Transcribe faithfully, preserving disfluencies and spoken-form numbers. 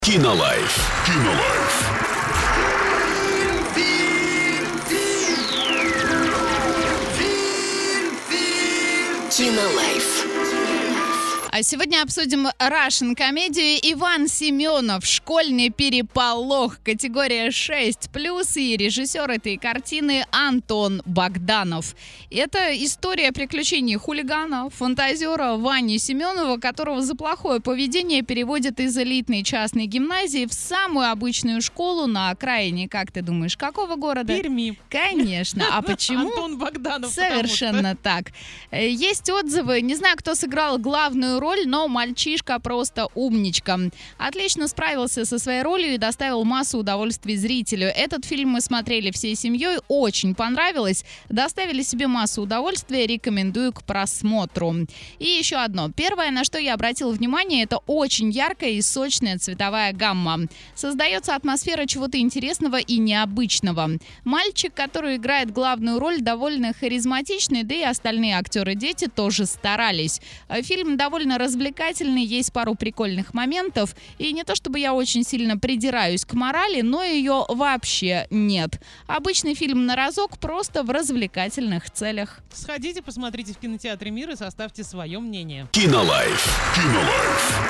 Кинолайф. Кинолайф. Кинолайф. А сегодня обсудим Russian-комедию «Иван Семенов. Школьный переполох». Категория шесть плюс. И режиссер этой картины Антон Богданов. Это история приключений хулигана, фантазера Вани Семенова, которого за плохое поведение переводят из элитной частной гимназии в самую обычную школу на окраине. Как ты думаешь, какого города? Перми. Конечно. А почему? Антон Богданов. Совершенно так. Есть отзывы. Не знаю, кто сыграл главную роль, но мальчишка просто умничка. Отлично справился со своей ролью и доставил массу удовольствий зрителю. Этот фильм мы смотрели всей семьей, очень понравилось. Доставили себе массу удовольствия, рекомендую к просмотру. И еще одно. Первое, на что я обратила внимание, это очень яркая и сочная цветовая гамма. Создается атмосфера чего-то интересного и необычного. Мальчик, который играет главную роль, довольно харизматичный, да и остальные актеры-дети тоже старались. Фильм довольно развлекательный, есть пару прикольных моментов. И не то чтобы я очень сильно придираюсь к морали, но ее вообще нет. Обычный фильм на разок, просто в развлекательных целях. Сходите, посмотрите в кинотеатре «Мир» и составьте свое мнение. Кинолайф. Кинолайф.